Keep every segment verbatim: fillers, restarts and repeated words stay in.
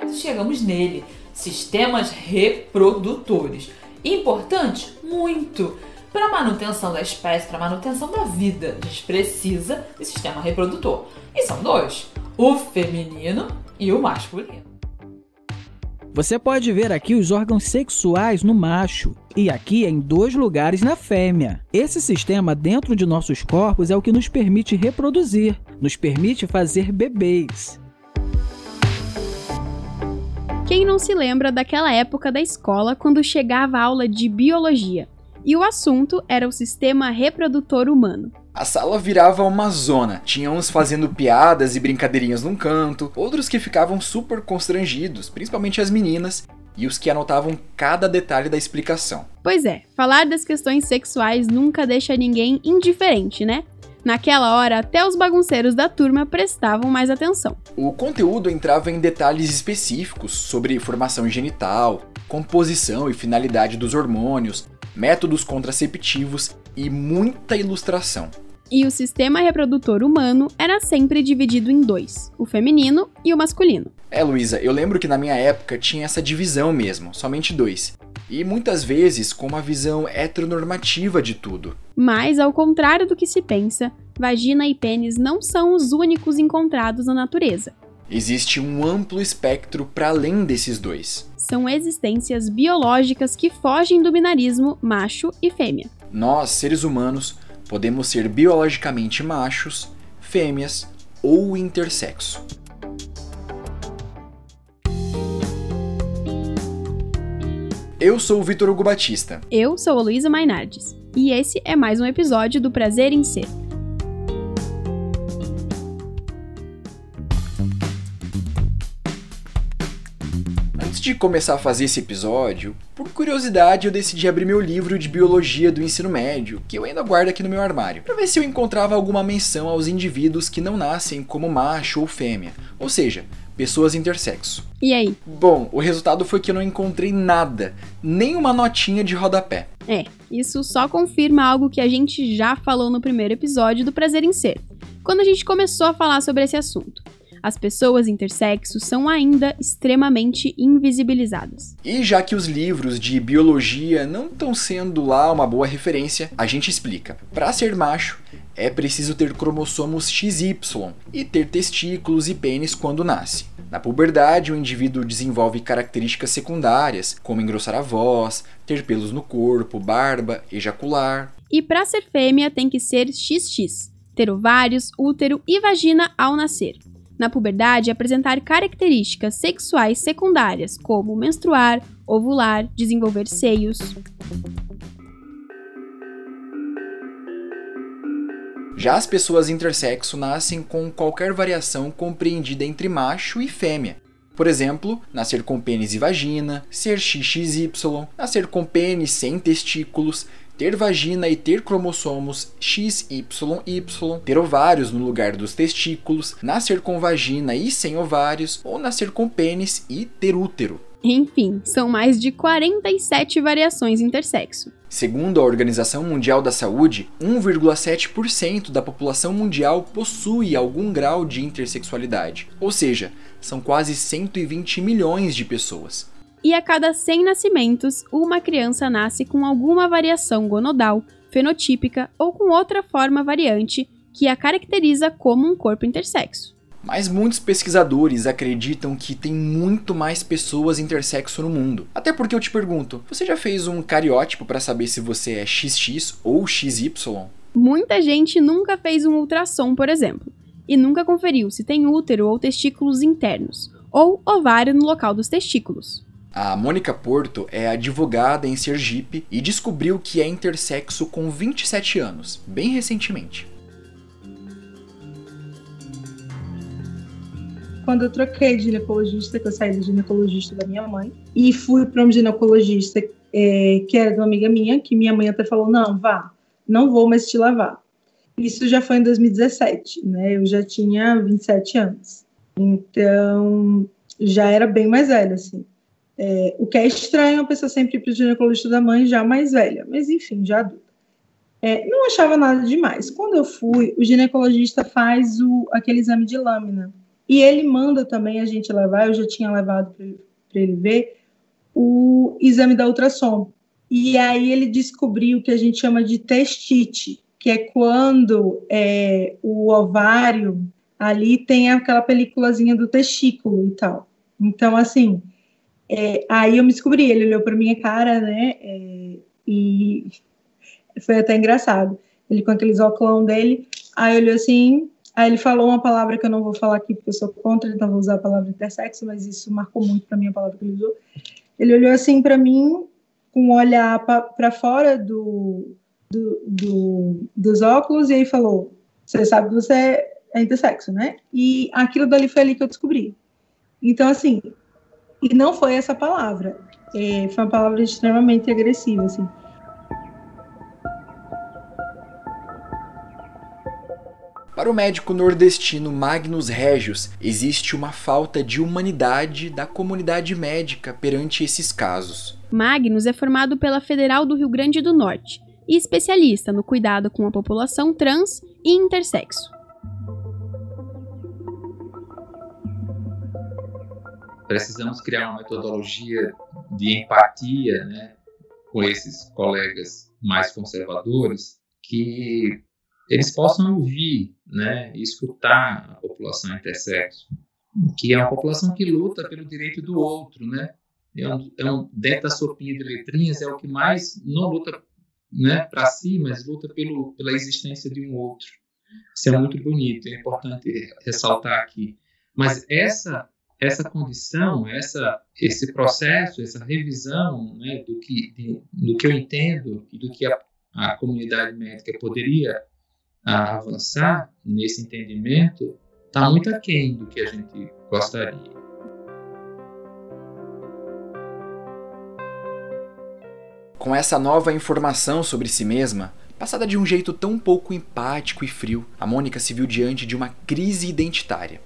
e chegamos nele. Sistemas reprodutores. Importante? Muito. Para a manutenção da espécie, para a manutenção da vida, a gente precisa de sistema reprodutor. E são dois, o feminino e o masculino. Você pode ver aqui os órgãos sexuais no macho e aqui em dois lugares na fêmea. Esse sistema dentro de nossos corpos é o que nos permite reproduzir, nos permite fazer bebês. Quem não se lembra daquela época da escola quando chegava a aula de biologia? E o assunto era o sistema reprodutor humano. A sala virava uma zona, tinha uns fazendo piadas e brincadeirinhas num canto, outros que ficavam super constrangidos, principalmente as meninas, e os que anotavam cada detalhe da explicação. Pois é, falar das questões sexuais nunca deixa ninguém indiferente, né? Naquela hora, até os bagunceiros da turma prestavam mais atenção. O conteúdo entrava em detalhes específicos sobre formação genital, composição e finalidade dos hormônios, métodos contraceptivos e muita ilustração. E o sistema reprodutor humano era sempre dividido em dois, o feminino e o masculino. É, Luísa, eu lembro que na minha época tinha essa divisão mesmo, somente dois. E muitas vezes com uma visão heteronormativa de tudo. Mas, ao contrário do que se pensa, vagina e pênis não são os únicos encontrados na natureza. Existe um amplo espectro para além desses dois. São existências biológicas que fogem do binarismo macho e fêmea. Nós, seres humanos, podemos ser biologicamente machos, fêmeas ou intersexo. Eu sou o Vitor Hugo Batista. Eu sou a Luísa Mainardes. E esse é mais um episódio do Prazer em Ser. Antes de começar a fazer esse episódio, por curiosidade eu decidi abrir meu livro de biologia do ensino médio, que eu ainda guardo aqui no meu armário, para ver se eu encontrava alguma menção aos indivíduos que não nascem como macho ou fêmea, ou seja, pessoas intersexo. E aí? Bom, o resultado foi que eu não encontrei nada, nem uma notinha de rodapé. É, isso só confirma algo que a gente já falou no primeiro episódio do Prazer em Ser, quando a gente começou a falar sobre esse assunto. As pessoas intersexos são ainda extremamente invisibilizadas. E já que os livros de biologia não estão sendo lá uma boa referência, a gente explica. Para ser macho, é preciso ter cromossomos X Y e ter testículos e pênis quando nasce. Na puberdade, o indivíduo desenvolve características secundárias, como engrossar a voz, ter pelos no corpo, barba, ejacular. E para ser fêmea tem que ser X X, ter ovários, útero e vagina ao nascer. Na puberdade, apresentar características sexuais secundárias, como menstruar, ovular, desenvolver seios. Já as pessoas intersexo nascem com qualquer variação compreendida entre macho e fêmea. Por exemplo, nascer com pênis e vagina, ser X X Y, nascer com pênis sem testículos, ter vagina e ter cromossomos X Y Y, ter ovários no lugar dos testículos, nascer com vagina e sem ovários, ou nascer com pênis e ter útero. Enfim, são mais de quarenta e sete variações intersexo. Segundo a Organização Mundial da Saúde, um vírgula sete por cento da população mundial possui algum grau de intersexualidade, ou seja, são quase cento e vinte milhões de pessoas. E a cada cem nascimentos, uma criança nasce com alguma variação gonodal, fenotípica ou com outra forma variante que a caracteriza como um corpo intersexo. Mas muitos pesquisadores acreditam que tem muito mais pessoas intersexo no mundo. Até porque eu te pergunto, você já fez um cariótipo para saber se você é X X ou X Y? Muita gente nunca fez um ultrassom, por exemplo, e nunca conferiu se tem útero ou testículos internos, ou ovário no local dos testículos. A Mônica Porto é advogada em Sergipe e descobriu que é intersexo com vinte e sete anos, bem recentemente. Quando eu troquei de ginecologista, que eu saí do ginecologista da minha mãe, e fui para um ginecologista é, que era de uma amiga minha, que minha mãe até falou, não, vá, não vou mais te lavar. Isso já foi em dois mil e dezessete, né? Eu já tinha vinte e sete anos. Então, já era bem mais velha, assim. É, o que é estranho, a pessoa sempre ir para o ginecologista da mãe já mais velha, mas enfim, já adulta. É, não achava nada demais. Quando eu fui, o ginecologista faz o, aquele exame de lâmina. E ele manda também a gente levar, eu já tinha levado para ele ver, o exame da ultrassom. E aí ele descobriu o que a gente chama de testite, que é quando é, o ovário ali tem aquela peliculazinha do testículo e tal. Então, assim, é, aí eu me descobri, ele olhou para minha cara, né, é, e foi até engraçado. Ele com aqueles óculos dele, aí olhou assim, aí ele falou uma palavra que eu não vou falar aqui porque eu sou contra, então vou usar a palavra intersexo, mas isso marcou muito para mim a palavra que ele usou. Ele olhou assim para mim, com um olhar para fora do, do, do, dos óculos, e aí falou, você sabe que você é intersexo, né? E aquilo dali foi ali que eu descobri. Então, assim, e não foi essa palavra, é, foi uma palavra extremamente agressiva, assim. Para o médico nordestino Magnus Regius, existe uma falta de humanidade da comunidade médica perante esses casos. Magnus é formado pela Federal do Rio Grande do Norte e especialista no cuidado com a população trans e intersexo. Precisamos criar uma metodologia de empatia, né, com esses colegas mais conservadores, que eles possam ouvir, né, e escutar a população intersexo, que é uma população que luta pelo direito do outro, né? É um, é um, dentro da sopinha de letrinhas, é o que mais não luta, né, para si, mas luta pelo, pela existência de um outro. Isso é muito bonito, é importante ressaltar aqui. Mas essa, essa condição, essa, esse processo, essa revisão, né, do, que, de, do que eu entendo e do que a, a comunidade médica poderia a avançar nesse entendimento, está muito aquém do que a gente gostaria. Com essa nova informação sobre si mesma, passada de um jeito tão pouco empático e frio, a Mônica se viu diante de uma crise identitária.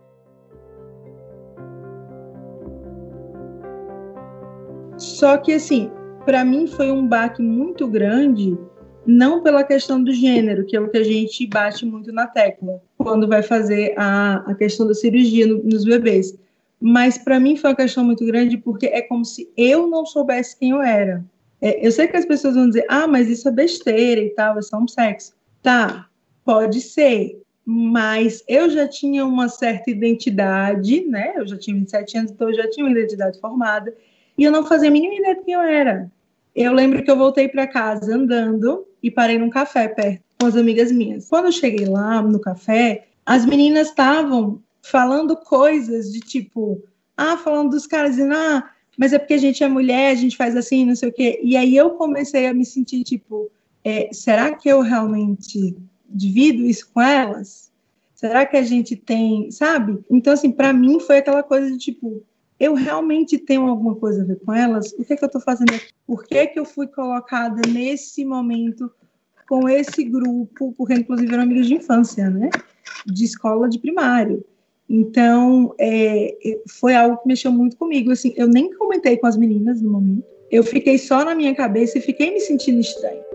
Só que, assim, para mim foi um baque muito grande, não pela questão do gênero, que é o que a gente bate muito na tecla, quando vai fazer a, a questão da cirurgia no, nos bebês. Mas para mim foi uma questão muito grande, porque é como se eu não soubesse quem eu era. É, eu sei que as pessoas vão dizer, ah, mas isso é besteira e tal, é só um sexo. Tá, pode ser, mas eu já tinha uma certa identidade, né? Eu já tinha vinte e sete anos, então eu já tinha uma identidade formada, e eu não fazia a mínima ideia de quem eu era. Eu lembro que eu voltei para casa andando e parei num café perto com as amigas minhas. Quando eu cheguei lá no café, as meninas estavam falando coisas de tipo, ah, falando dos caras, dizendo, ah, mas é porque a gente é mulher, a gente faz assim, não sei o quê. E aí eu comecei a me sentir tipo, é, será que eu realmente divido isso com elas? Será que a gente tem, sabe? Então, assim, para mim foi aquela coisa de tipo, eu realmente tenho alguma coisa a ver com elas? O que é que eu estou fazendo aqui? Por que que eu fui colocada nesse momento com esse grupo? Porque, inclusive, eram amigas de infância, né? De escola de primário. Então, é, foi algo que mexeu muito comigo. Assim, eu nem comentei com as meninas no momento. Eu fiquei só na minha cabeça e fiquei me sentindo estranha.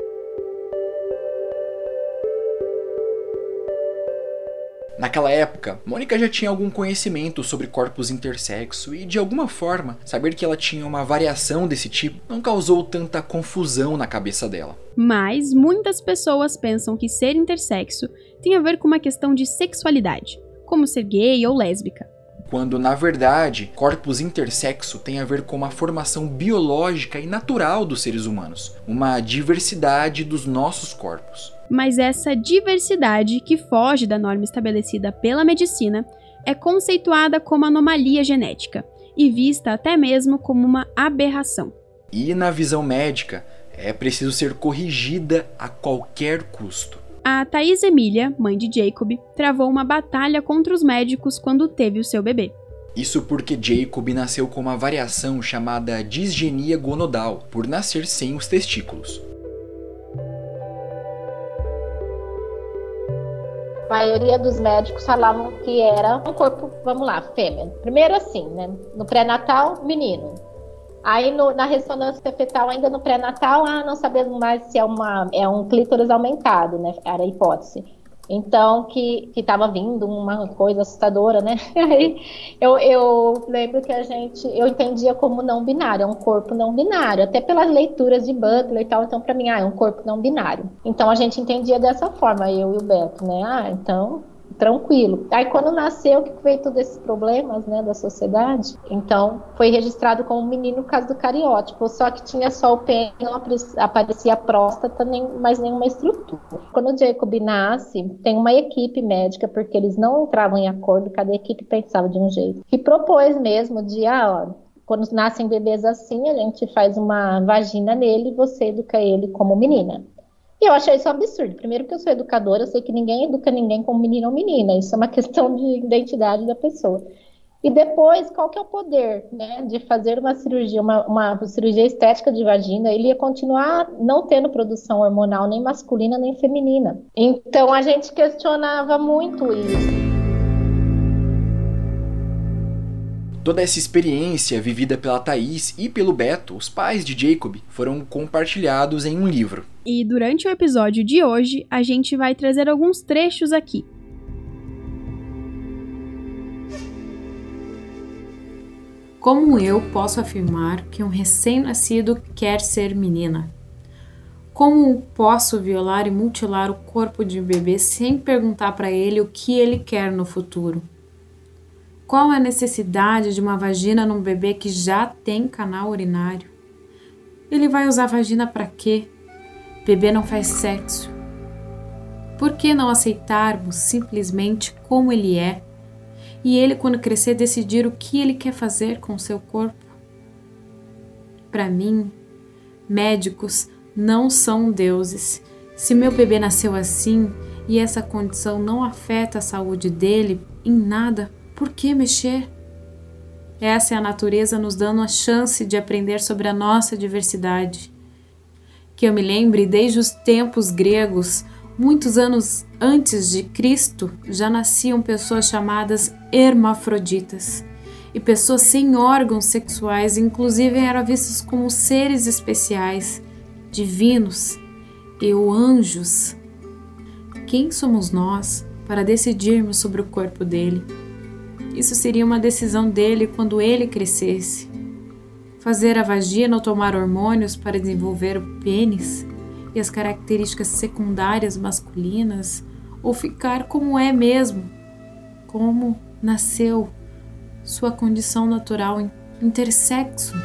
Naquela época, Mônica já tinha algum conhecimento sobre corpos intersexo e, de alguma forma, saber que ela tinha uma variação desse tipo não causou tanta confusão na cabeça dela. Mas muitas pessoas pensam que ser intersexo tem a ver com uma questão de sexualidade, como ser gay ou lésbica. Quando, na verdade, corpos intersexo tem a ver com uma formação biológica e natural dos seres humanos, uma diversidade dos nossos corpos. Mas essa diversidade, que foge da norma estabelecida pela medicina, é conceituada como anomalia genética e vista até mesmo como uma aberração. E, na visão médica, é preciso ser corrigida a qualquer custo. A Thaís Emília, mãe de Jacob, travou uma batalha contra os médicos quando teve o seu bebê. Isso porque Jacob nasceu com uma variação chamada disgenia gonodal, por nascer sem os testículos. A maioria dos médicos falavam que era um corpo, vamos lá, fêmea. Primeiro assim, né? No pré-natal, menino. Aí no, na ressonância fetal, ainda no pré-natal, ah, não sabemos mais se é, uma, é um clítoris aumentado, né? Era a hipótese. Então, que estava vindo uma coisa assustadora, né? Aí eu, eu lembro que a gente, eu entendia como não binário, é um corpo não binário, até pelas leituras de Butler e tal, então para mim, ah, é um corpo não binário. Então a gente entendia dessa forma, eu e o Beto, né? Ah, então, tranquilo. Aí quando nasceu, que veio todos esses problemas, né, da sociedade, então foi registrado como menino no caso do cariótipo, só que tinha só o pênis, não aparecia a próstata, nem mais nenhuma estrutura. Quando o Jacob nasce, tem uma equipe médica, porque eles não entravam em acordo, cada equipe pensava de um jeito, que propôs mesmo de, ah, ó, quando nascem bebês assim, a gente faz uma vagina nele e você educa ele como menina. E eu achei isso um absurdo. Primeiro que eu sou educadora, eu sei que ninguém educa ninguém como menino ou menina. Isso é uma questão de identidade da pessoa. E depois, qual que é o poder, né, de fazer uma cirurgia, uma, uma cirurgia estética de vagina? Ele ia continuar não tendo produção hormonal nem masculina nem feminina. Então a gente questionava muito isso. Toda essa experiência vivida pela Thaís e pelo Beto, os pais de Jacob, foram compartilhados em um livro. E durante o episódio de hoje, a gente vai trazer alguns trechos aqui. Como eu posso afirmar que um recém-nascido quer ser menina? Como posso violar e mutilar o corpo de um bebê sem perguntar para ele o que ele quer no futuro? Qual a necessidade de uma vagina num bebê que já tem canal urinário? Ele vai usar vagina para quê? Bebê não faz sexo. Por que não aceitarmos simplesmente como ele é? E ele, quando crescer, decidir o que ele quer fazer com o seu corpo? Para mim, médicos não são deuses. Se meu bebê nasceu assim e essa condição não afeta a saúde dele em nada, por que mexer? Essa é a natureza nos dando a chance de aprender sobre a nossa diversidade. Que eu me lembre, desde os tempos gregos, muitos anos antes de Cristo, já nasciam pessoas chamadas hermafroditas. E pessoas sem órgãos sexuais, inclusive, eram vistas como seres especiais, divinos e anjos. Quem somos nós para decidirmos sobre o corpo dele? Isso seria uma decisão dele quando ele crescesse. Fazer a vagina ou tomar hormônios para desenvolver o pênis e as características secundárias masculinas, ou ficar como é mesmo, como nasceu, sua condição natural intersexo.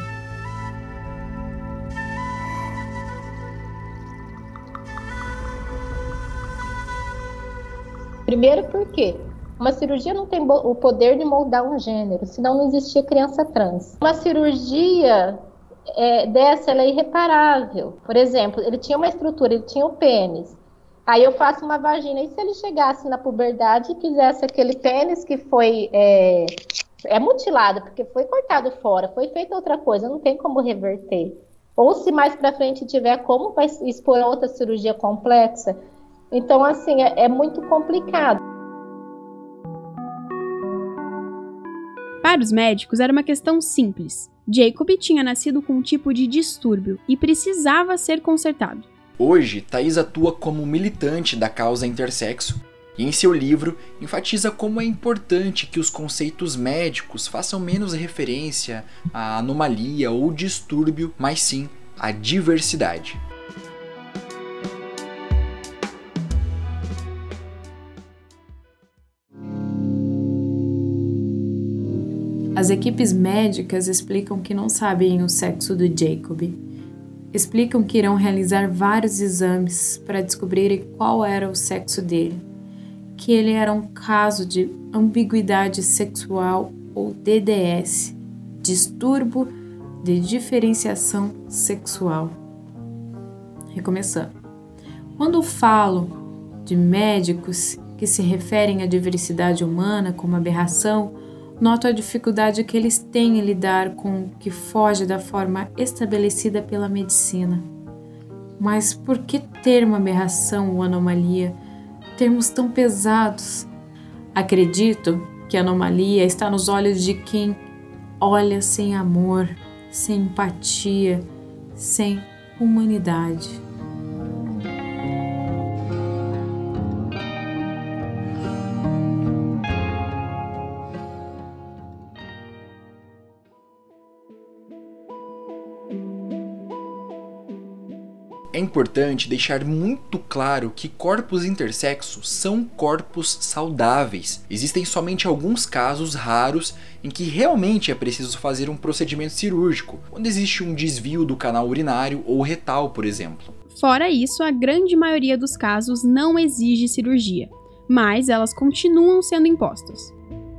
Primeiro porque uma cirurgia não tem o poder de moldar um gênero, senão não existia criança trans. Uma cirurgia é, dessa ela é irreparável. Por exemplo, ele tinha uma estrutura, ele tinha o pênis. Aí eu faço uma vagina, e se ele chegasse na puberdade e quisesse aquele pênis que foi é, é mutilado, porque foi cortado fora, foi feita outra coisa, não tem como reverter. Ou se mais pra frente tiver como, vai expor a outra cirurgia complexa. Então, assim, é, é muito complicado. Para os médicos, era uma questão simples. Jacob tinha nascido com um tipo de distúrbio e precisava ser consertado. Hoje, Thaís atua como militante da causa intersexo e em seu livro enfatiza como é importante que os conceitos médicos façam menos referência à anomalia ou distúrbio, mas sim à diversidade. As equipes médicas explicam que não sabem o sexo do Jacob. Explicam que irão realizar vários exames para descobrir qual era o sexo dele, que ele era um caso de ambiguidade sexual ou D D S, distúrbio de diferenciação sexual. Recomeçando. Quando falo de médicos que se referem à diversidade humana como aberração, noto a dificuldade que eles têm em lidar com o que foge da forma estabelecida pela medicina. Mas por que termo aberração ou anomalia? Termos tão pesados. Acredito que a anomalia está nos olhos de quem olha sem amor, sem empatia, sem humanidade. É importante deixar muito claro que corpos intersexo são corpos saudáveis. Existem somente alguns casos raros em que realmente é preciso fazer um procedimento cirúrgico, quando existe um desvio do canal urinário ou retal, por exemplo. Fora isso, a grande maioria dos casos não exige cirurgia, mas elas continuam sendo impostas.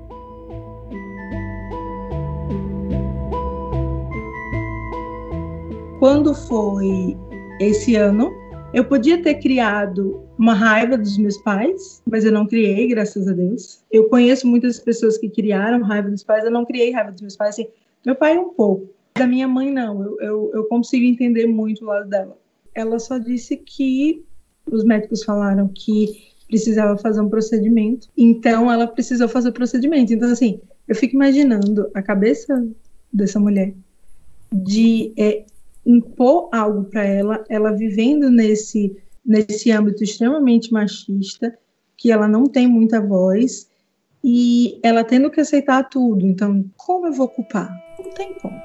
Quando foi esse ano, eu podia ter criado uma raiva dos meus pais, mas eu não criei, graças a Deus. Eu conheço muitas pessoas que criaram raiva dos pais, eu não criei raiva dos meus pais, assim, meu pai um pouco. Da minha mãe, não, eu, eu, eu consigo entender muito o lado dela. Ela só disse que os médicos falaram que precisava fazer um procedimento, então ela precisou fazer o procedimento. Então, assim, eu fico imaginando a cabeça dessa mulher de é, impor algo para ela, ela vivendo nesse, nesse âmbito extremamente machista, que ela não tem muita voz, e ela tendo que aceitar tudo. Então, como eu vou culpar? Não tem como.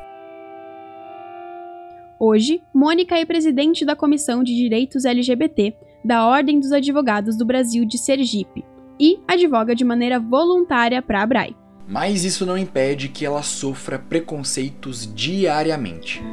Hoje, Mônica é presidente da Comissão de Direitos L G B T da Ordem dos Advogados do Brasil de Sergipe e advoga de maneira voluntária para a ABRAE. Mas isso não impede que ela sofra preconceitos diariamente.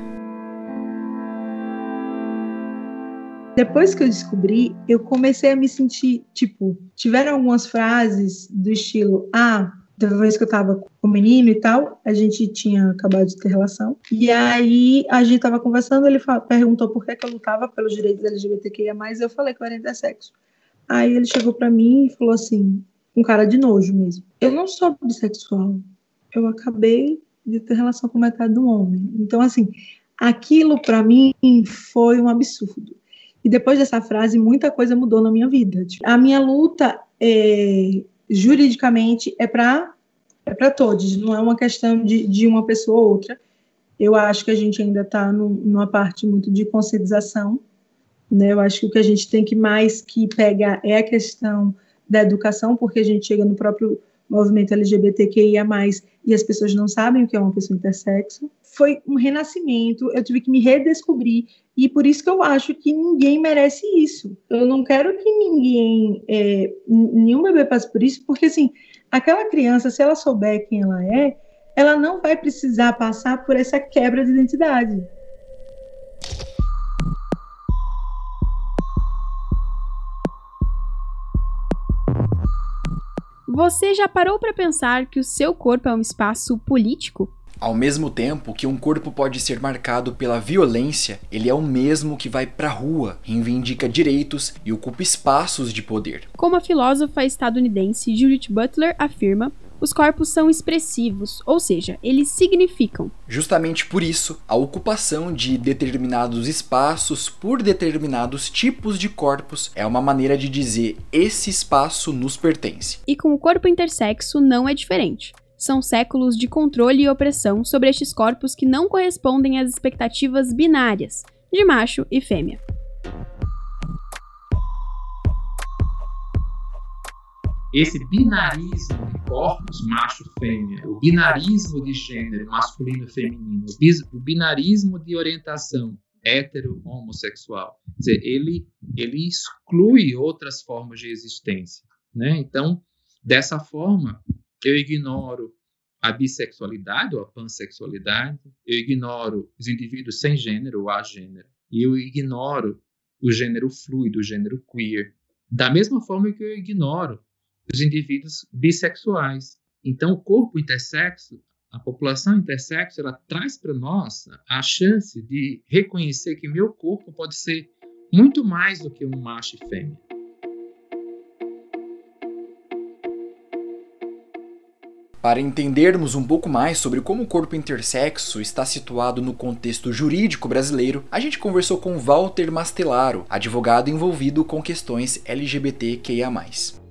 Depois que eu descobri, eu comecei a me sentir, tipo, tiveram algumas frases do estilo, ah, da vez que eu tava com o menino e tal, a gente tinha acabado de ter relação, e aí a gente tava conversando, ele perguntou por que, que eu lutava pelos direitos L G B T Q I A mais, e eu falei que eu era intersexo. Aí ele chegou pra mim e falou assim, com cara de nojo mesmo, eu não sou bissexual, eu acabei de ter relação com metade do homem. Então, assim, aquilo pra mim foi um absurdo. E depois dessa frase, muita coisa mudou na minha vida. A minha luta, é, juridicamente, é para é para todos, não é uma questão de, de uma pessoa ou outra. Eu acho que a gente ainda está numa parte muito de conscientização, né? Eu acho que o que a gente tem que mais que pegar é a questão da educação, porque a gente chega no próprio movimento L G B T Q I A mais, e as pessoas não sabem o que é uma pessoa intersexo. Foi um renascimento, eu tive que me redescobrir, e por isso que eu acho que ninguém merece isso. Eu não quero que ninguém, é, nenhum bebê passe por isso, porque assim, aquela criança, se ela souber quem ela é, ela não vai precisar passar por essa quebra de identidade. Você já parou para pensar que o seu corpo é um espaço político? Ao mesmo tempo que um corpo pode ser marcado pela violência, ele é o mesmo que vai pra rua, reivindica direitos e ocupa espaços de poder. Como a filósofa estadunidense Judith Butler afirma, os corpos são expressivos, ou seja, eles significam. Justamente por isso, a ocupação de determinados espaços por determinados tipos de corpos é uma maneira de dizer esse espaço nos pertence. E com o corpo intersexo não é diferente. São séculos de controle e opressão sobre estes corpos que não correspondem às expectativas binárias, de macho e fêmea. Esse binarismo de corpos, macho-fêmea, o binarismo de gênero, masculino-feminino, o binarismo de orientação hétero-homossexual, quer dizer, ele, ele exclui outras formas de existência, né? Então, dessa forma, eu ignoro a bissexualidade ou a pansexualidade, eu ignoro os indivíduos sem gênero ou agênero, e eu ignoro o gênero fluido, o gênero queer, da mesma forma que eu ignoro os indivíduos bissexuais. Então, o corpo intersexo, a população intersexo, ela traz para nós a chance de reconhecer que meu corpo pode ser muito mais do que um macho e fêmea. Para entendermos um pouco mais sobre como o corpo intersexo está situado no contexto jurídico brasileiro, a gente conversou com Walter Mastelaro, advogado envolvido com questões L G B T Q I A mais.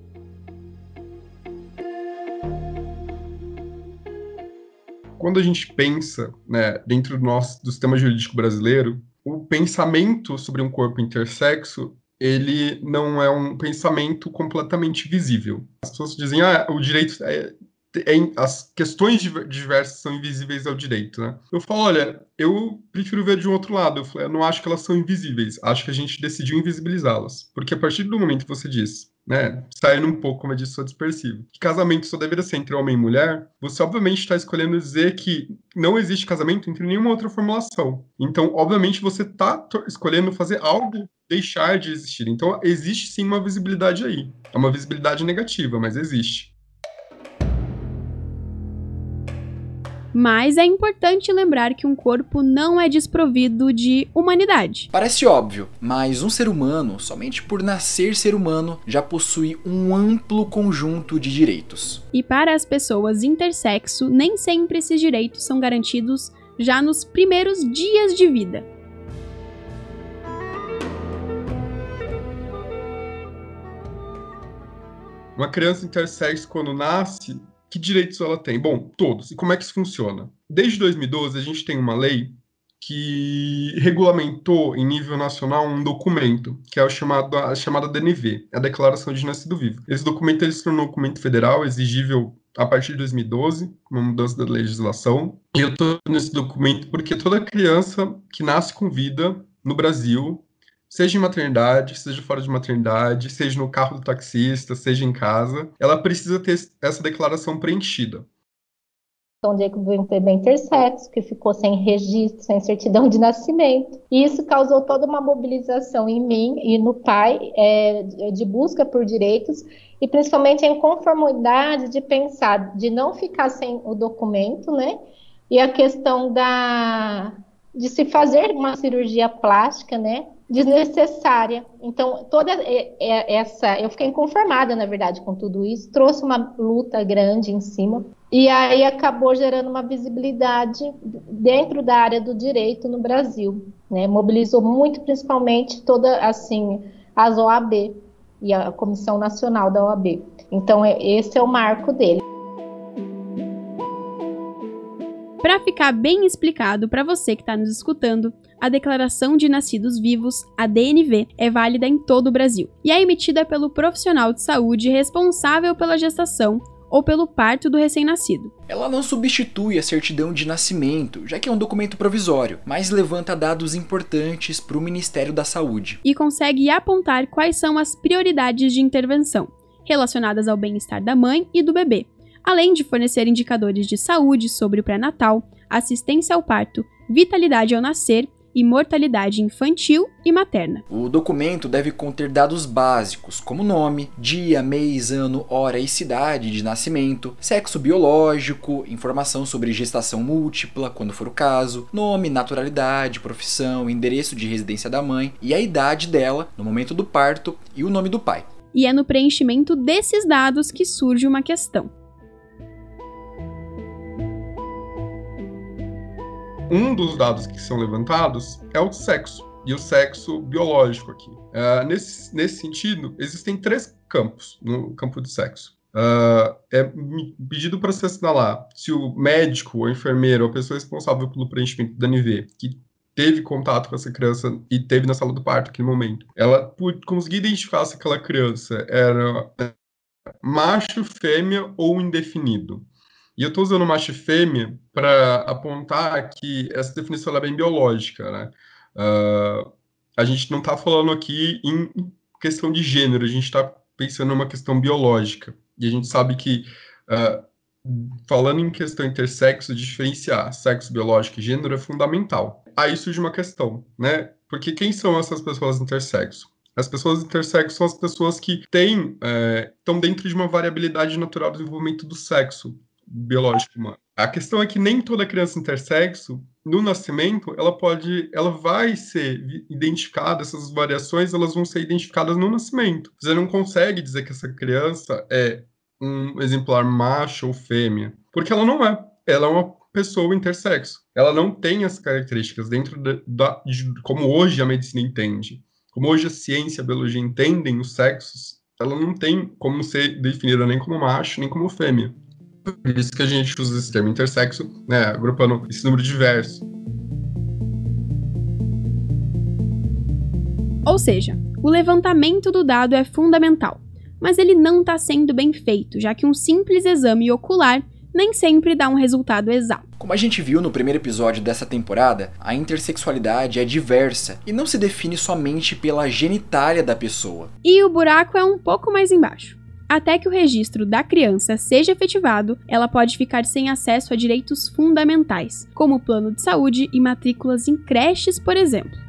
Quando a gente pensa, né, dentro do nosso do sistema jurídico brasileiro, o pensamento sobre um corpo intersexo, ele não é um pensamento completamente visível. As pessoas dizem, ah, o direito é, tem, as questões diversas são invisíveis ao direito, né? Eu falo, olha, eu prefiro ver de um outro lado. Eu, falo, eu não acho que elas são invisíveis, acho que a gente decidiu invisibilizá-las. Porque a partir do momento que você diz, né, saindo um pouco, como eu disse, sou dispersivo, que casamento só deveria ser entre homem e mulher, você obviamente está escolhendo dizer que não existe casamento entre nenhuma outra formulação. Então, obviamente, você está escolhendo fazer algo deixar de existir. Então, existe sim uma visibilidade aí. É uma visibilidade negativa, mas existe. Mas é importante lembrar que um corpo não é desprovido de humanidade. Parece óbvio, mas um ser humano, somente por nascer ser humano, já possui um amplo conjunto de direitos. E para as pessoas intersexo, nem sempre esses direitos são garantidos já nos primeiros dias de vida. Uma criança intersexo, quando nasce, que direitos ela tem? Bom, todos. E como é que isso funciona? Desde dois mil e doze, a gente tem uma lei que regulamentou em nível nacional um documento, que é o chamado, a chamada D N V, a Declaração de Nascido Vivo. Esse documento ele se tornou um documento federal, exigível a partir de dois mil e doze, uma mudança da legislação. E eu estou nesse documento porque toda criança que nasce com vida no Brasil, seja em maternidade, seja fora de maternidade, seja no carro do taxista, seja em casa, ela precisa ter essa declaração preenchida. Então, de um bebê intersexo, que ficou sem registro, sem certidão de nascimento. E isso causou toda uma mobilização em mim e no pai, é, de busca por direitos, e principalmente a inconformidade de pensar, de não ficar sem o documento, né? E a questão da, de se fazer uma cirurgia plástica, né? Desnecessária. Então, toda essa... Eu fiquei inconformada, na verdade, com tudo isso. Trouxe uma luta grande em cima. E aí acabou gerando uma visibilidade dentro da área do direito no Brasil, né? Mobilizou muito, principalmente, toda, assim, as O A B e a Comissão Nacional da O A B. Então, esse é o marco dele. Para ficar bem explicado para você que está nos escutando, a Declaração de Nascidos Vivos, a D N V, é válida em todo o Brasil e é emitida pelo profissional de saúde responsável pela gestação ou pelo parto do recém-nascido. Ela não substitui a certidão de nascimento, já que é um documento provisório, mas levanta dados importantes para o Ministério da Saúde. E consegue apontar quais são as prioridades de intervenção, relacionadas ao bem-estar da mãe e do bebê, além de fornecer indicadores de saúde sobre o pré-natal, assistência ao parto, vitalidade ao nascer e mortalidade infantil e materna. O documento deve conter dados básicos, como nome, dia, mês, ano, hora e cidade de nascimento, sexo biológico, informação sobre gestação múltipla, quando for o caso, nome, naturalidade, profissão, endereço de residência da mãe e a idade dela no momento do parto e o nome do pai. E é no preenchimento desses dados que surge uma questão. Um dos dados que são levantados é o sexo, e o sexo biológico aqui. Uh, nesse, nesse sentido, existem três campos no campo do sexo. Uh, é pedido para se assinalar se o médico, ou enfermeiro, ou a pessoa responsável pelo preenchimento do D N V, que teve contato com essa criança e teve na sala do parto naquele momento, ela conseguir identificar se aquela criança era macho, fêmea ou indefinido. E eu estou usando macho e fêmea para apontar que essa definição é bem biológica, né? Uh, a gente não está falando aqui em questão de gênero, a gente está pensando numa questão biológica. E a gente sabe que, uh, falando em questão intersexo, diferenciar sexo biológico e gênero é fundamental. Aí surge uma questão, né? Porque quem são essas pessoas intersexo? As pessoas intersexo são as pessoas que têm, é, estão dentro de uma variabilidade natural do desenvolvimento do sexo biológico humano. A questão é que nem toda criança intersexo, no nascimento, ela pode, ela vai ser identificada, essas variações, elas vão ser identificadas no nascimento. Você não consegue dizer que essa criança é um exemplar macho ou fêmea, porque ela não é. Ela é uma pessoa intersexo. Ela não tem as características dentro de, da, de como hoje a medicina entende. Como hoje a ciência e a biologia entendem os sexos, ela não tem como ser definida nem como macho, nem como fêmea. Por isso que a gente usa esse termo intersexo, né, agrupando esse número diverso. Ou seja, o levantamento do dado é fundamental, mas ele não está sendo bem feito, já que um simples exame ocular nem sempre dá um resultado exato. Como a gente viu no primeiro episódio dessa temporada, a intersexualidade é diversa e não se define somente pela genitália da pessoa. E o buraco é um pouco mais embaixo. Até que o registro da criança seja efetivado, ela pode ficar sem acesso a direitos fundamentais, como plano de saúde e matrículas em creches, por exemplo.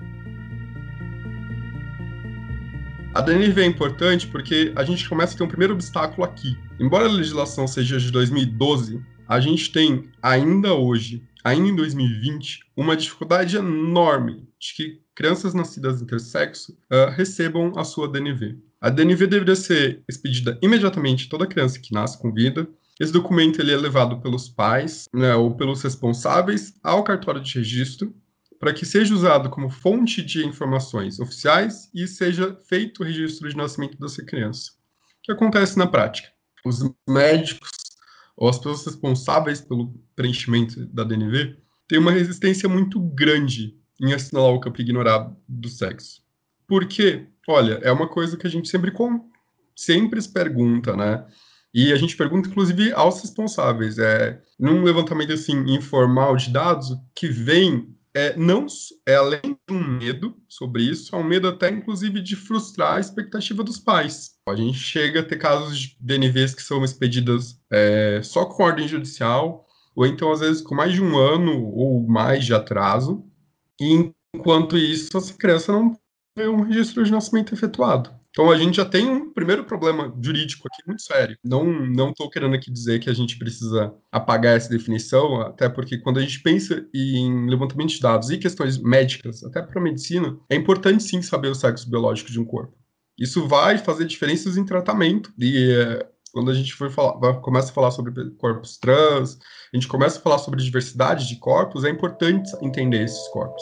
A D N V é importante porque a gente começa a ter um primeiro obstáculo aqui. Embora a legislação seja de dois mil e doze, a gente tem ainda hoje, ainda em dois mil e vinte, uma dificuldade enorme de que crianças nascidas intersexo uh, recebam a sua D N V. A D N V deveria ser expedida imediatamente a toda criança que nasce com vida. Esse documento ele é levado pelos pais, né, ou pelos responsáveis ao cartório de registro, para que seja usado como fonte de informações oficiais e seja feito o registro de nascimento dessa criança. O que acontece na prática? Os médicos ou as pessoas responsáveis pelo preenchimento da D N V têm uma resistência muito grande em assinalar o campo ignorado do sexo. Por quê? Olha, é uma coisa que a gente sempre, sempre se pergunta, né? E a gente pergunta, inclusive, aos responsáveis. É, num levantamento assim, informal de dados, o que vem é, não, é além de um medo sobre isso, é um medo até, inclusive, de frustrar a expectativa dos pais. A gente chega a ter casos de D N Vs que são expedidas é, só com ordem judicial, ou então, às vezes, com mais de um ano ou mais de atraso, e enquanto isso, essa criança não tem um registro de nascimento efetuado. Então, a gente já tem um primeiro problema jurídico aqui muito sério. Não não estou querendo aqui dizer que a gente precisa apagar essa definição, até porque quando a gente pensa em levantamento de dados e questões médicas, até para a medicina, é importante sim saber o sexo biológico de um corpo. Isso vai fazer diferenças em tratamento. E é, quando a gente for falar, vai, começa a falar sobre corpos trans, a gente começa a falar sobre diversidade de corpos, é importante entender esses corpos.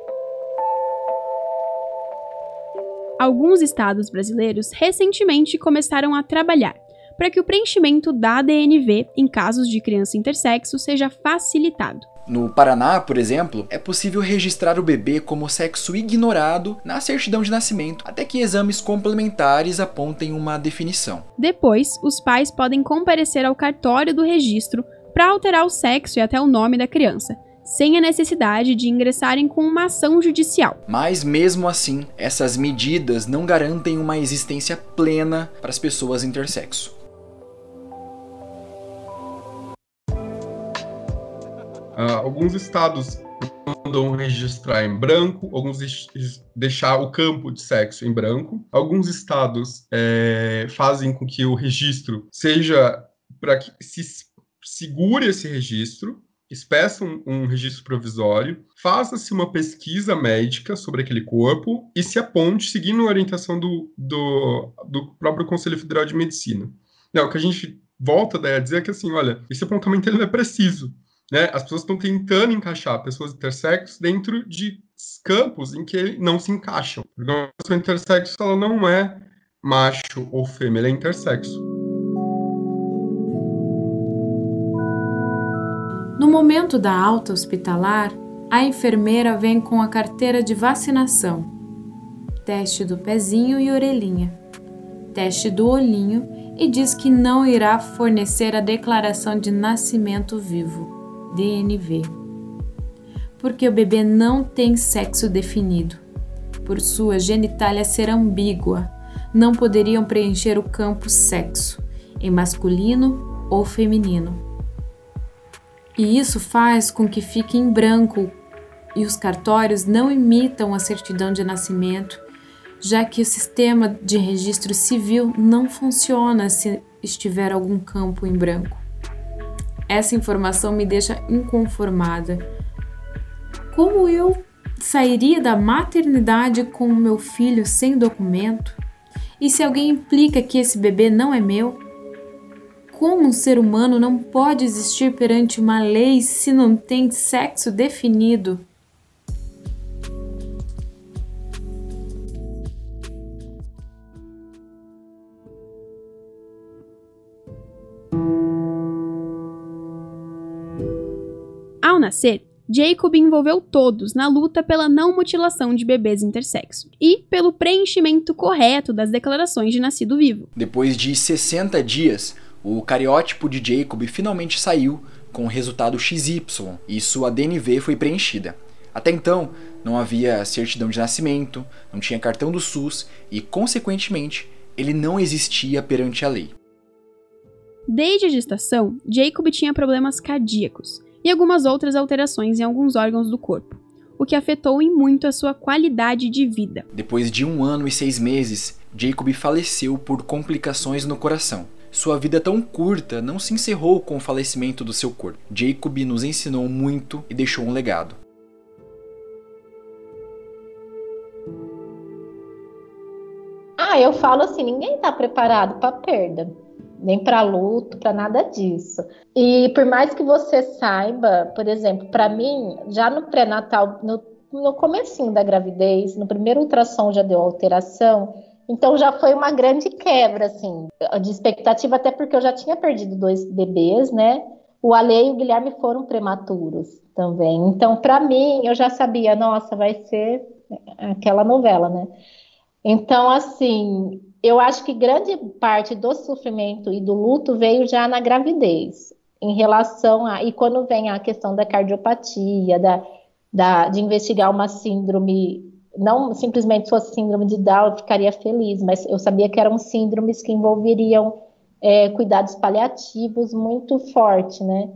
Alguns estados brasileiros recentemente começaram a trabalhar para que o preenchimento da D N V em casos de criança intersexo seja facilitado. No Paraná, por exemplo, é possível registrar o bebê como sexo ignorado na certidão de nascimento, até que exames complementares apontem uma definição. Depois, os pais podem comparecer ao cartório do registro para alterar o sexo e até o nome da criança, sem a necessidade de ingressarem com uma ação judicial. Mas mesmo assim, essas medidas não garantem uma existência plena para as pessoas intersexo. Uh, alguns estados mandam registrar em branco, alguns deixar o campo de sexo em branco. Alguns estados é, fazem com que o registro seja para que se segure esse registro, peça um, um registro provisório, faça-se uma pesquisa médica sobre aquele corpo e se aponte seguindo a orientação do, do, do próprio Conselho Federal de Medicina. Não, o que a gente volta daí a dizer é que, assim, olha, esse apontamento ele não é preciso, né? As pessoas estão tentando encaixar pessoas intersexos dentro de campos em que não se encaixam. Uma pessoa intersexo, ela não é macho ou fêmea, ela é intersexo. No momento da alta hospitalar, a enfermeira vem com a carteira de vacinação, teste do pezinho e orelhinha, teste do olhinho e diz que não irá fornecer a declaração de nascimento vivo, D N V, porque o bebê não tem sexo definido. Por sua genitália ser ambígua, não poderiam preencher o campo sexo, em masculino ou feminino. E isso faz com que fique em branco e os cartórios não imitam a certidão de nascimento, já que o sistema de registro civil não funciona se estiver algum campo em branco. Essa informação me deixa inconformada. Como eu sairia da maternidade com o meu filho sem documento? E se alguém implica que esse bebê não é meu? Como um ser humano não pode existir perante uma lei se não tem sexo definido? Ao nascer, Jacob envolveu todos na luta pela não mutilação de bebês intersexo e pelo preenchimento correto das declarações de nascido vivo. Depois de sessenta dias, o cariótipo de Jacob finalmente saiu com o resultado X Y e sua D N V foi preenchida. Até então, não havia certidão de nascimento, não tinha cartão do SUS e, consequentemente, ele não existia perante a lei. Desde a gestação, Jacob tinha problemas cardíacos e algumas outras alterações em alguns órgãos do corpo, o que afetou em muito a sua qualidade de vida. Depois de um ano e seis meses, Jacob faleceu por complicações no coração. Sua vida tão curta não se encerrou com o falecimento do seu corpo. Jacob nos ensinou muito e deixou um legado. Ah, eu falo assim, ninguém está preparado para perda, nem para luto, para nada disso. E por mais que você saiba, por exemplo, para mim, já no pré-natal, no, no comecinho da gravidez, no primeiro ultrassom já deu alteração, então já foi uma grande quebra, assim, de expectativa, até porque eu já tinha perdido dois bebês, né? O Ale e o Guilherme foram prematuros também. Então, para mim, eu já sabia, nossa, vai ser aquela novela, né? Então, assim, eu acho que grande parte do sofrimento e do luto veio já na gravidez, em relação a... E quando vem a questão da cardiopatia, da, da, de investigar uma síndrome, não simplesmente se fosse síndrome de Down, eu ficaria feliz, mas eu sabia que eram síndromes que envolveriam é, cuidados paliativos muito forte, né?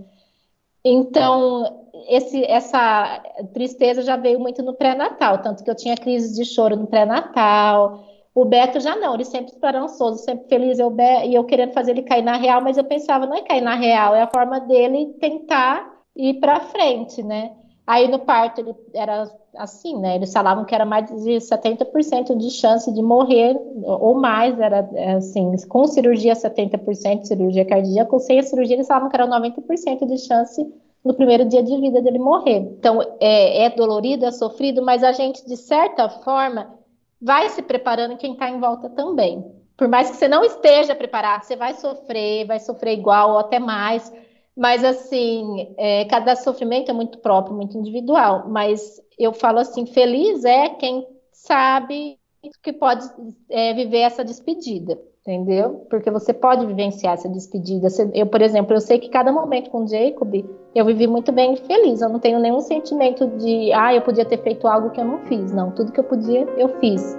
Então, esse, essa tristeza já veio muito no pré-natal, tanto que eu tinha crise de choro no pré-natal. O Beto já não, ele sempre esperançoso, sempre feliz, eu, e eu querendo fazer ele cair na real, mas eu pensava, não é cair na real, é a forma dele tentar ir para frente, né? Aí no parto ele era assim, né? Eles falavam que era mais de setenta por cento de chance de morrer, ou mais, era assim, com cirurgia setenta por cento, cirurgia cardíaca, sem a cirurgia eles falavam que era noventa por cento de chance no primeiro dia de vida dele morrer. Então é, é dolorido, é sofrido, mas a gente, de certa forma, vai se preparando quem está em volta também. Por mais que você não esteja preparado, você vai sofrer, vai sofrer igual ou até mais, mas assim, é, cada sofrimento é muito próprio, muito individual, mas eu falo assim, feliz é quem sabe que pode é, viver essa despedida, entendeu? Porque você pode vivenciar essa despedida. Eu, por exemplo, eu sei que cada momento com o Jacob, eu vivi muito bem e feliz, eu não tenho nenhum sentimento de, ah, eu podia ter feito algo que eu não fiz, não, tudo que eu podia, eu fiz.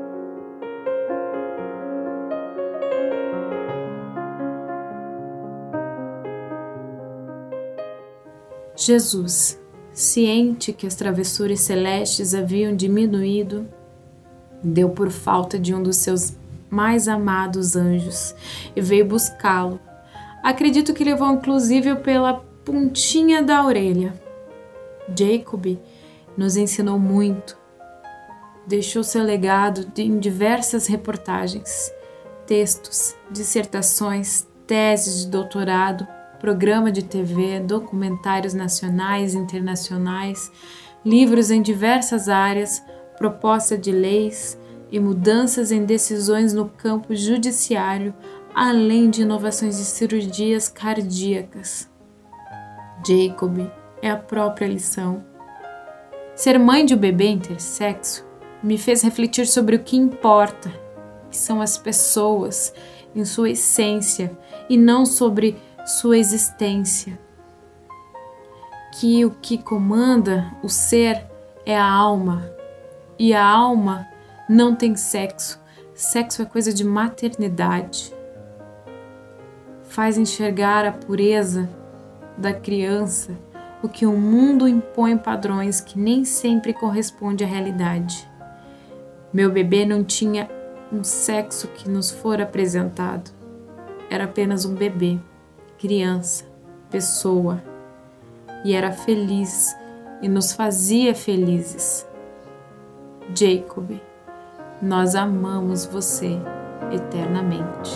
Jesus, ciente que as travessuras celestes haviam diminuído, deu por falta de um dos seus mais amados anjos e veio buscá-lo. Acredito que levou inclusive pela pontinha da orelha. Jacob nos ensinou muito. Deixou seu legado em diversas reportagens, textos, dissertações, teses de doutorado, programa de T V, documentários nacionais e internacionais, livros em diversas áreas, proposta de leis e mudanças em decisões no campo judiciário, além de inovações de cirurgias cardíacas. Jacob é a própria lição. Ser mãe de um bebê intersexo me fez refletir sobre o que importa, que são as pessoas em sua essência e não sobre sua existência. Que o que comanda o ser é a alma, e a alma não tem sexo. Sexo é coisa de maternidade. Faz enxergar a pureza da criança, o que o mundo impõe padrões que nem sempre correspondem à realidade. Meu bebê não tinha um sexo que nos for apresentado. Era apenas um bebê, criança, pessoa, e era feliz e nos fazia felizes. Jacob, nós amamos você eternamente.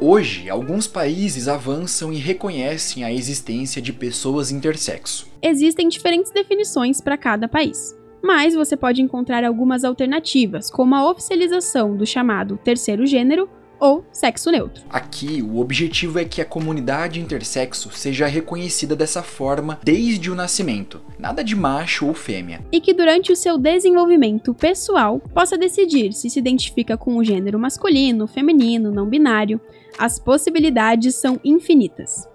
Hoje, alguns países avançam e reconhecem a existência de pessoas intersexo. Existem diferentes definições para cada país, mas você pode encontrar algumas alternativas, como a oficialização do chamado terceiro gênero ou sexo neutro. Aqui, o objetivo é que a comunidade intersexo seja reconhecida dessa forma desde o nascimento, nada de macho ou fêmea. E que durante o seu desenvolvimento pessoal possa decidir se se identifica com o gênero masculino, feminino, não binário. As possibilidades são infinitas.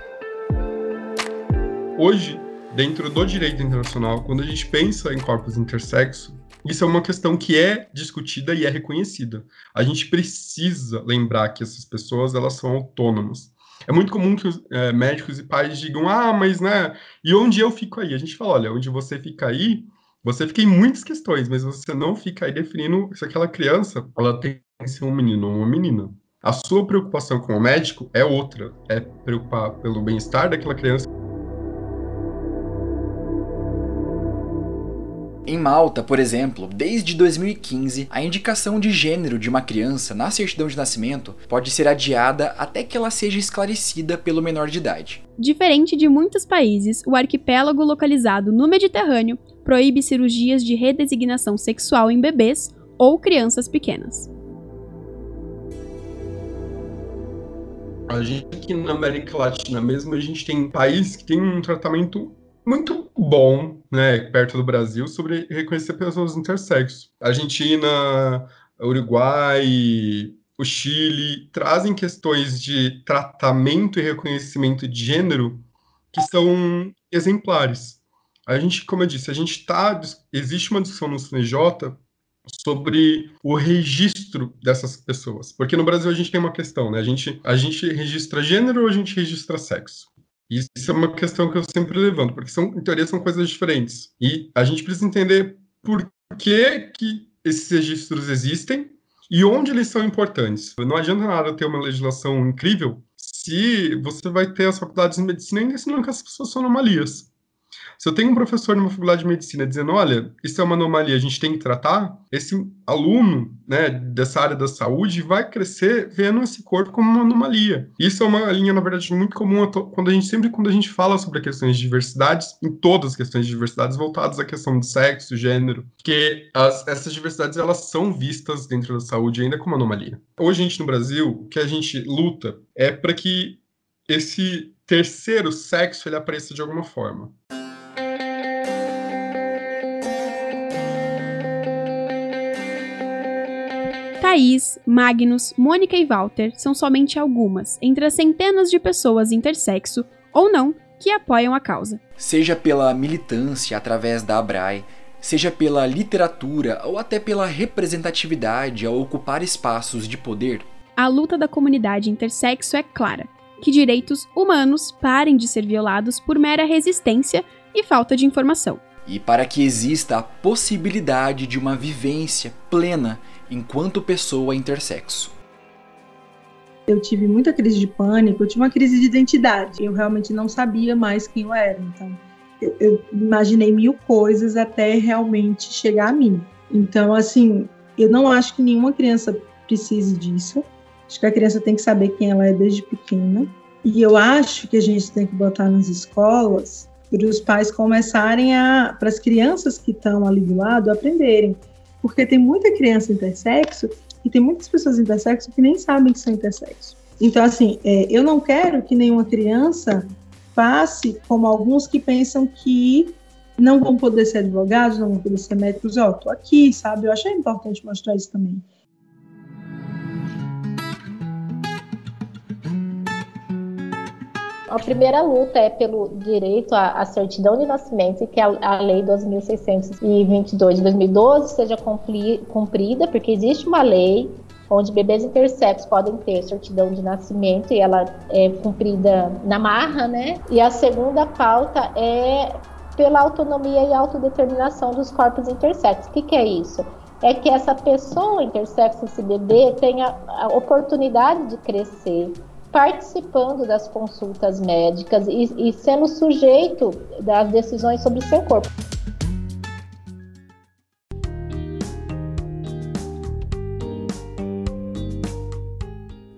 Hoje, dentro do direito internacional, quando a gente pensa em corpos intersexo, isso é uma questão que é discutida e é reconhecida. A gente precisa lembrar que essas pessoas, elas são autônomas. É muito comum que os é, médicos e pais digam, ah, mas, né, e onde eu fico aí? A gente fala, olha, onde você fica aí, você fica em muitas questões, mas você não fica aí definindo se aquela criança, ela tem que ser um menino ou uma menina. A sua preocupação como médico é outra, é preocupar pelo bem-estar daquela criança. Em Malta, por exemplo, desde dois mil e quinze, a indicação de gênero de uma criança na certidão de nascimento pode ser adiada até que ela seja esclarecida pelo menor de idade. Diferente de muitos países, o arquipélago localizado no Mediterrâneo proíbe cirurgias de redesignação sexual em bebês ou crianças pequenas. A gente aqui na América Latina mesmo, a gente tem países que tem um tratamento muito bom, né, perto do Brasil, sobre reconhecer pessoas intersexo. A Argentina, Uruguai, o Chile, trazem questões de tratamento e reconhecimento de gênero que são exemplares. A gente, como eu disse, a gente tá, existe uma discussão no C N J sobre o registro dessas pessoas. Porque no Brasil a gente tem uma questão, né, a gente, a gente registra gênero ou a gente registra sexo? Isso é uma questão que eu sempre levanto, porque são, em teoria são coisas diferentes. E a gente precisa entender por que, que esses registros existem e onde eles são importantes. Não adianta nada ter uma legislação incrível se você vai ter as faculdades de medicina ainda ensinando que as pessoas são anomalias. Se eu tenho um professor numa faculdade de medicina dizendo, olha, isso é uma anomalia, a gente tem que tratar, esse aluno, né, dessa área da saúde vai crescer vendo esse corpo como uma anomalia. Isso é uma linha, na verdade, muito comum quando a gente, sempre quando a gente fala sobre questões de diversidades, em todas as questões de diversidades voltadas à questão de sexo, gênero, que as, essas diversidades, elas são vistas dentro da saúde ainda como anomalia. Hoje, a gente no Brasil, o que a gente luta é para que esse terceiro sexo ele apareça de alguma forma. Thaís, Magnus, Mônica e Walter são somente algumas entre as centenas de pessoas intersexo, ou não, que apoiam a causa. Seja pela militância através da ABRAE, seja pela literatura ou até pela representatividade ao ocupar espaços de poder, a luta da comunidade intersexo é clara, que direitos humanos parem de ser violados por mera resistência e falta de informação. E para que exista a possibilidade de uma vivência plena enquanto pessoa intersexo. Eu tive muita crise de pânico, eu tive uma crise de identidade. Eu realmente não sabia mais quem eu era. Então, eu, eu imaginei mil coisas até realmente chegar a mim. Então, assim, eu não acho que nenhuma criança precise disso. Acho que a criança tem que saber quem ela é desde pequena. E eu acho que a gente tem que botar nas escolas para os pais começarem a, para as crianças que estão ali do lado, aprenderem. Porque tem muita criança intersexo e tem muitas pessoas intersexo que nem sabem que são intersexo. Então, assim, é, eu não quero que nenhuma criança passe como alguns que pensam que não vão poder ser advogados, não vão poder ser médicos. Ó, oh, tô aqui, sabe? Eu achei importante mostrar isso também. A primeira luta é pelo direito à, à certidão de nascimento e que a, a Lei doze mil seiscentos e vinte e dois de dois mil e doze seja cumpri, cumprida, porque existe uma lei onde bebês intersexos podem ter certidão de nascimento e ela é cumprida na marra, né? E a segunda pauta é pela autonomia e autodeterminação dos corpos intersexos. O que, que é isso? É que essa pessoa intersexo, esse bebê, tenha a oportunidade de crescer, participando das consultas médicas e, e sendo sujeito das decisões sobre seu corpo.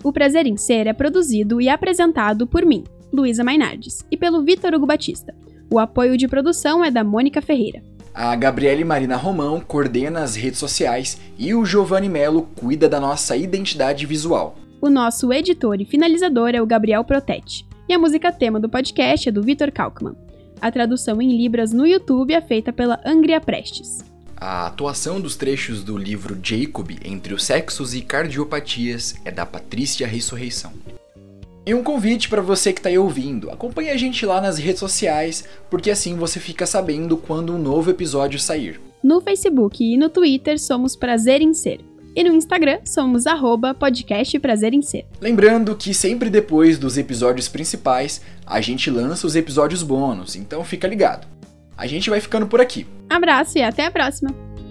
O Prazer em Ser é produzido e apresentado por mim, Luísa Mainardes, e pelo Vitor Hugo Batista. O apoio de produção é da Mônica Ferreira. A Gabriele Marina Romão coordena as redes sociais e o Giovanni Melo cuida da nossa identidade visual. O nosso editor e finalizador é o Gabriel Protetti. E a música tema do podcast é do Vitor Kalkman. A tradução em Libras no YouTube é feita pela Angria Prestes. A atuação dos trechos do livro Jacob, Entre os Sexos e Cardiopatias, é da Patrícia Ressurreição. E um convite para você que está aí ouvindo, acompanhe a gente lá nas redes sociais, porque assim você fica sabendo quando um novo episódio sair. No Facebook e no Twitter somos Prazer em Ser. E no Instagram somos arroba podcast Prazer em Ser. Lembrando que sempre depois dos episódios principais, a gente lança os episódios bônus, então fica ligado. A gente vai ficando por aqui. Abraço e até a próxima!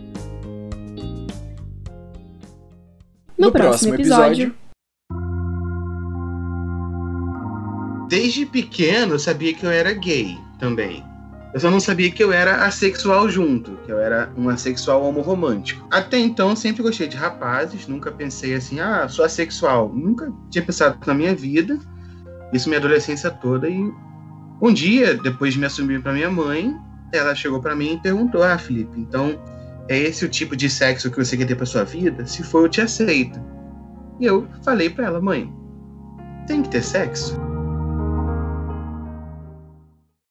No, no próximo, próximo episódio... episódio... Desde pequeno eu sabia que eu era gay também. Eu só não sabia que eu era assexual junto, que eu era um assexual homorromântico. Até então eu sempre gostei de rapazes, nunca pensei assim, ah, sou assexual. Nunca tinha pensado na minha vida, isso minha adolescência toda. E um dia, depois de me assumir para minha mãe, ela chegou para mim e perguntou, ah, Felipe, então é esse o tipo de sexo que você quer ter para sua vida? Se for, eu te aceito. E eu falei para ela, mãe, tem que ter sexo?